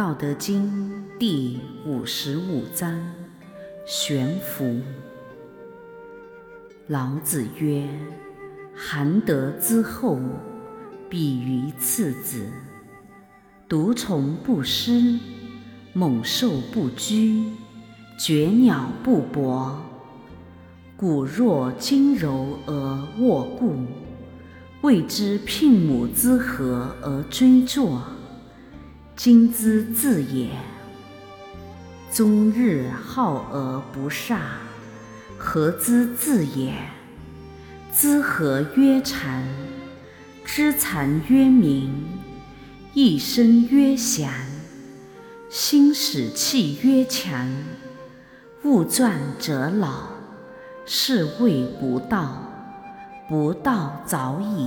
道德经》第55章：悬浮。老子曰：含德之厚，比于赤子。毒虫不湿，猛兽不居，绝鸟不搏。骨若筋柔而握固，谓之牝母之和而追作，今之至也。终日好而不煞，何之至也？知和曰禅，知禅曰明，一生曰祥，心使气曰强。物壮则老，是谓不道，不道早已。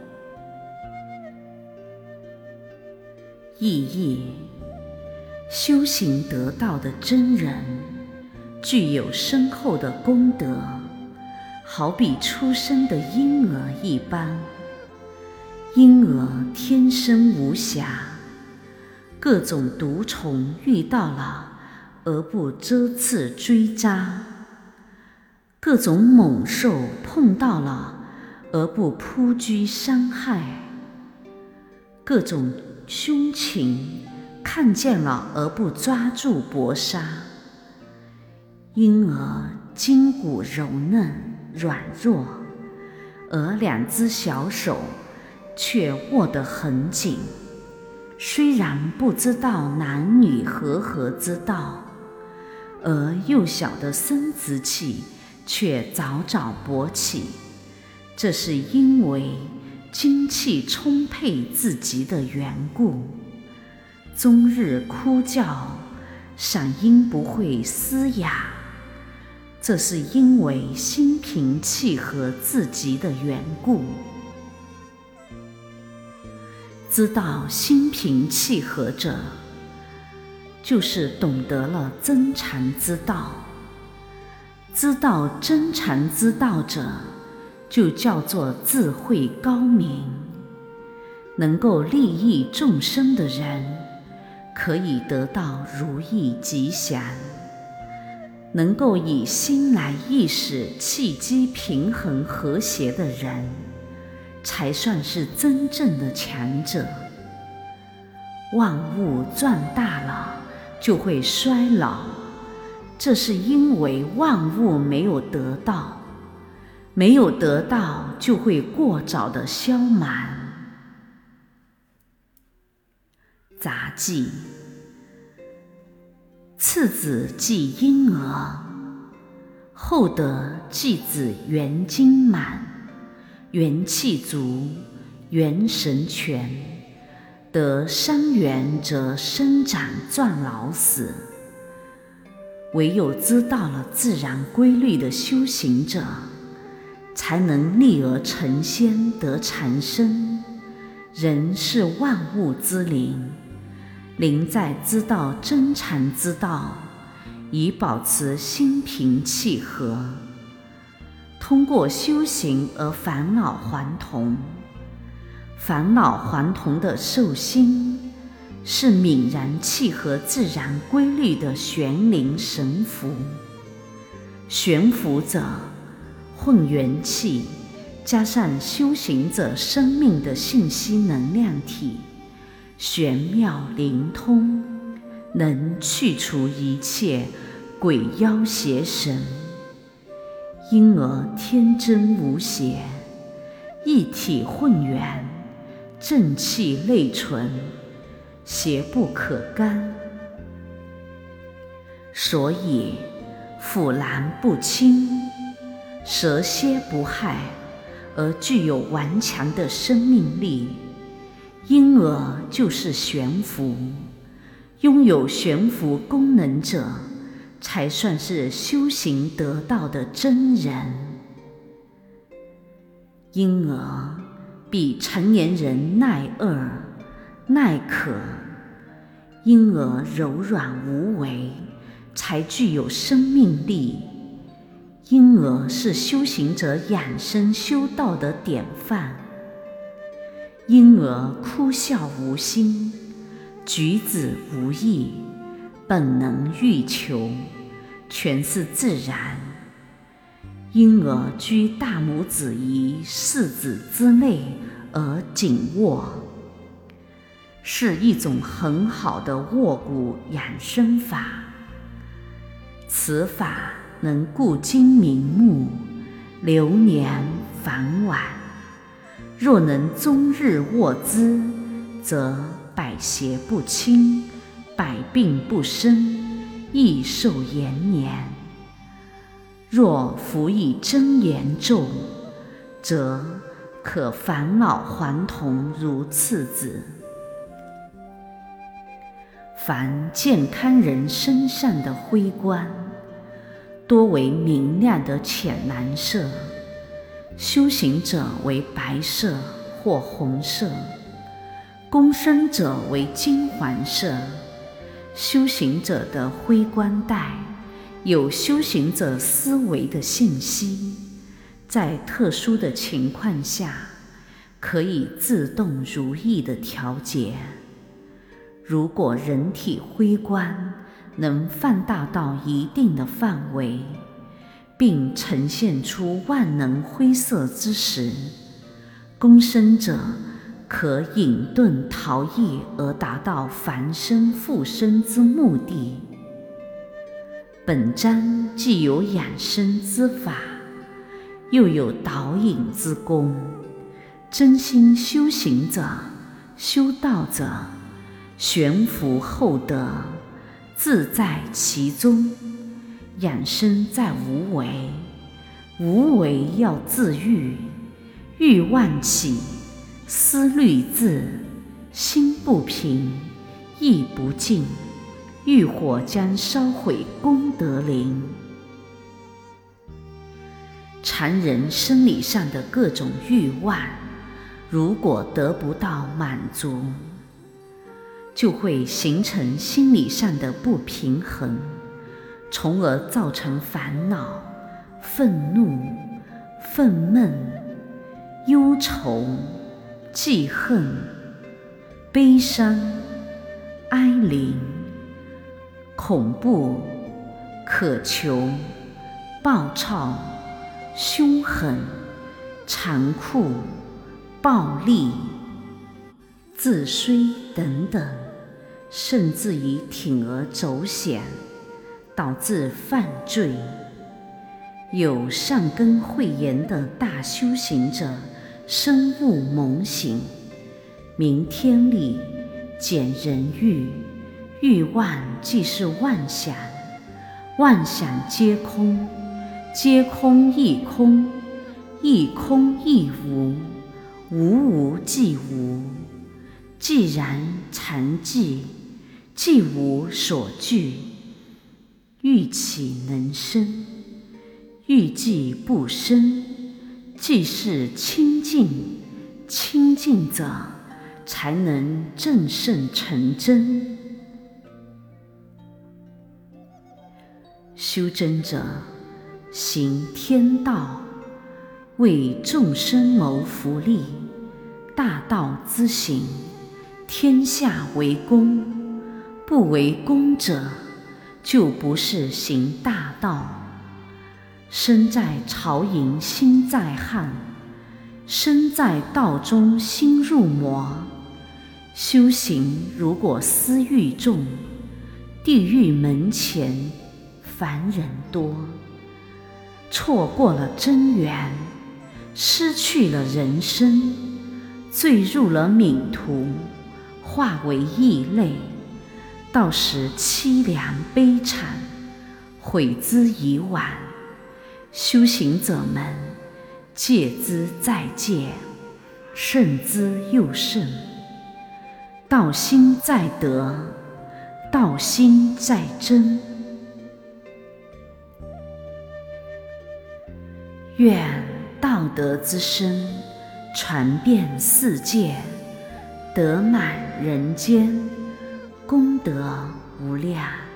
意义：修行得道的真人具有深厚的功德，好比出生的婴儿一般。婴儿天生无瑕，各种毒虫遇到了而不遮刺追扎，各种猛兽碰到了而不扑居伤害，各种凶禽看见了而不抓住搏杀。婴儿筋骨柔嫩软弱，而两只小手却握得很紧。虽然不知道男女和合之道，而幼小的生殖器却早早勃起，这是因为精气充沛至极的缘故。终日哭叫，嗓音不会嘶哑，这是因为心平气和至极的缘故。知道心平气和者，就是懂得了真禅之道。知道真禅之道者，就叫做智慧高明。能够利益众生的人，可以得到如意吉祥。能够以心来意识气机平衡和谐的人，才算是真正的强者。万物壮大了就会衰老，这是因为万物没有得到，没有得到就会过早的消满。杂记：赤子即婴儿，厚德即指元精满，元气足，元神全。得三元则生长壮老死。唯有知道了自然规律的修行者，才能立而成仙得长生。人是万物之灵，灵在知道真禅之道，以保持心平气和。通过修行而返老还童。返老还童的寿星，是泯然契合自然规律的玄灵神符。玄符者，混元气加上修行者生命的信息能量体，玄妙灵通，能去除一切鬼妖邪神。因而天真无邪，一体混元，正气内存，邪不可干。所以腐烂不侵，蛇蝎不害，而具有顽强的生命力。因而就是悬浮。拥有悬浮功能者，才算是修行得道的真人。因而比成年人耐饿、耐渴，因而柔软无为，才具有生命力。因而是修行者养生修道的典范。因而哭笑无心， 举子无益，本能欲求，全是自然。因而居大拇指于四指之内而紧握，是一种很好的握骨养生法。此法能固精明目，流年返晚。若能终日握之，则百邪不侵，百病不生，益寿延年。若服以真言咒，则可返老还童如次子。凡健康人身上的辉光，多为明亮的浅蓝色，修行者为白色或红色，功深者为金黄色。修行者的辉光带有修行者思维的信息，在特殊的情况下可以自动如意的调节。如果人体辉光能放大到一定的范围，并呈现出万能辉色之时，功深者可隐遁逃逸而达到防身护身之目的。本章既有养生之法，又有导引之功。真心修行者、修道者，悬浮厚德，自在其中。养生在无为，无为要自愈。欲望起，思虑至，心不平，意不静，欲火将烧毁功德林。常人生理上的各种欲望，如果得不到满足，就会形成心理上的不平衡，从而造成烦恼、愤怒、愤懑、忧愁、记恨、悲伤、哀灵、恐怖、渴求、暴躁、凶狠、残酷、暴力、自衰等等，甚至于铤而走险，导致犯罪。有善根慧眼的大修行者深悟蒙醒，明天理，减人欲。欲望即是妄想，妄想皆空，皆空亦空，亦空亦无，无无即无。既然常寂，既无所惧。欲起能生，欲寂不生，即是清净。清净者才能正胜成真。修真者行天道，为众生谋福利，大道之行，天下为公。不为公者，就不是行大道。身在曹营心在汉，身在道中心入魔。修行如果私欲重，地狱门前凡人多。错过了真缘，失去了人生，坠入了冥途，化为异类，到时凄凉悲惨，悔之已晚。修行者们戒之在戒，慎之又慎。道心在德，道心在真。愿道德之声传遍世界，德满人间，功德无量。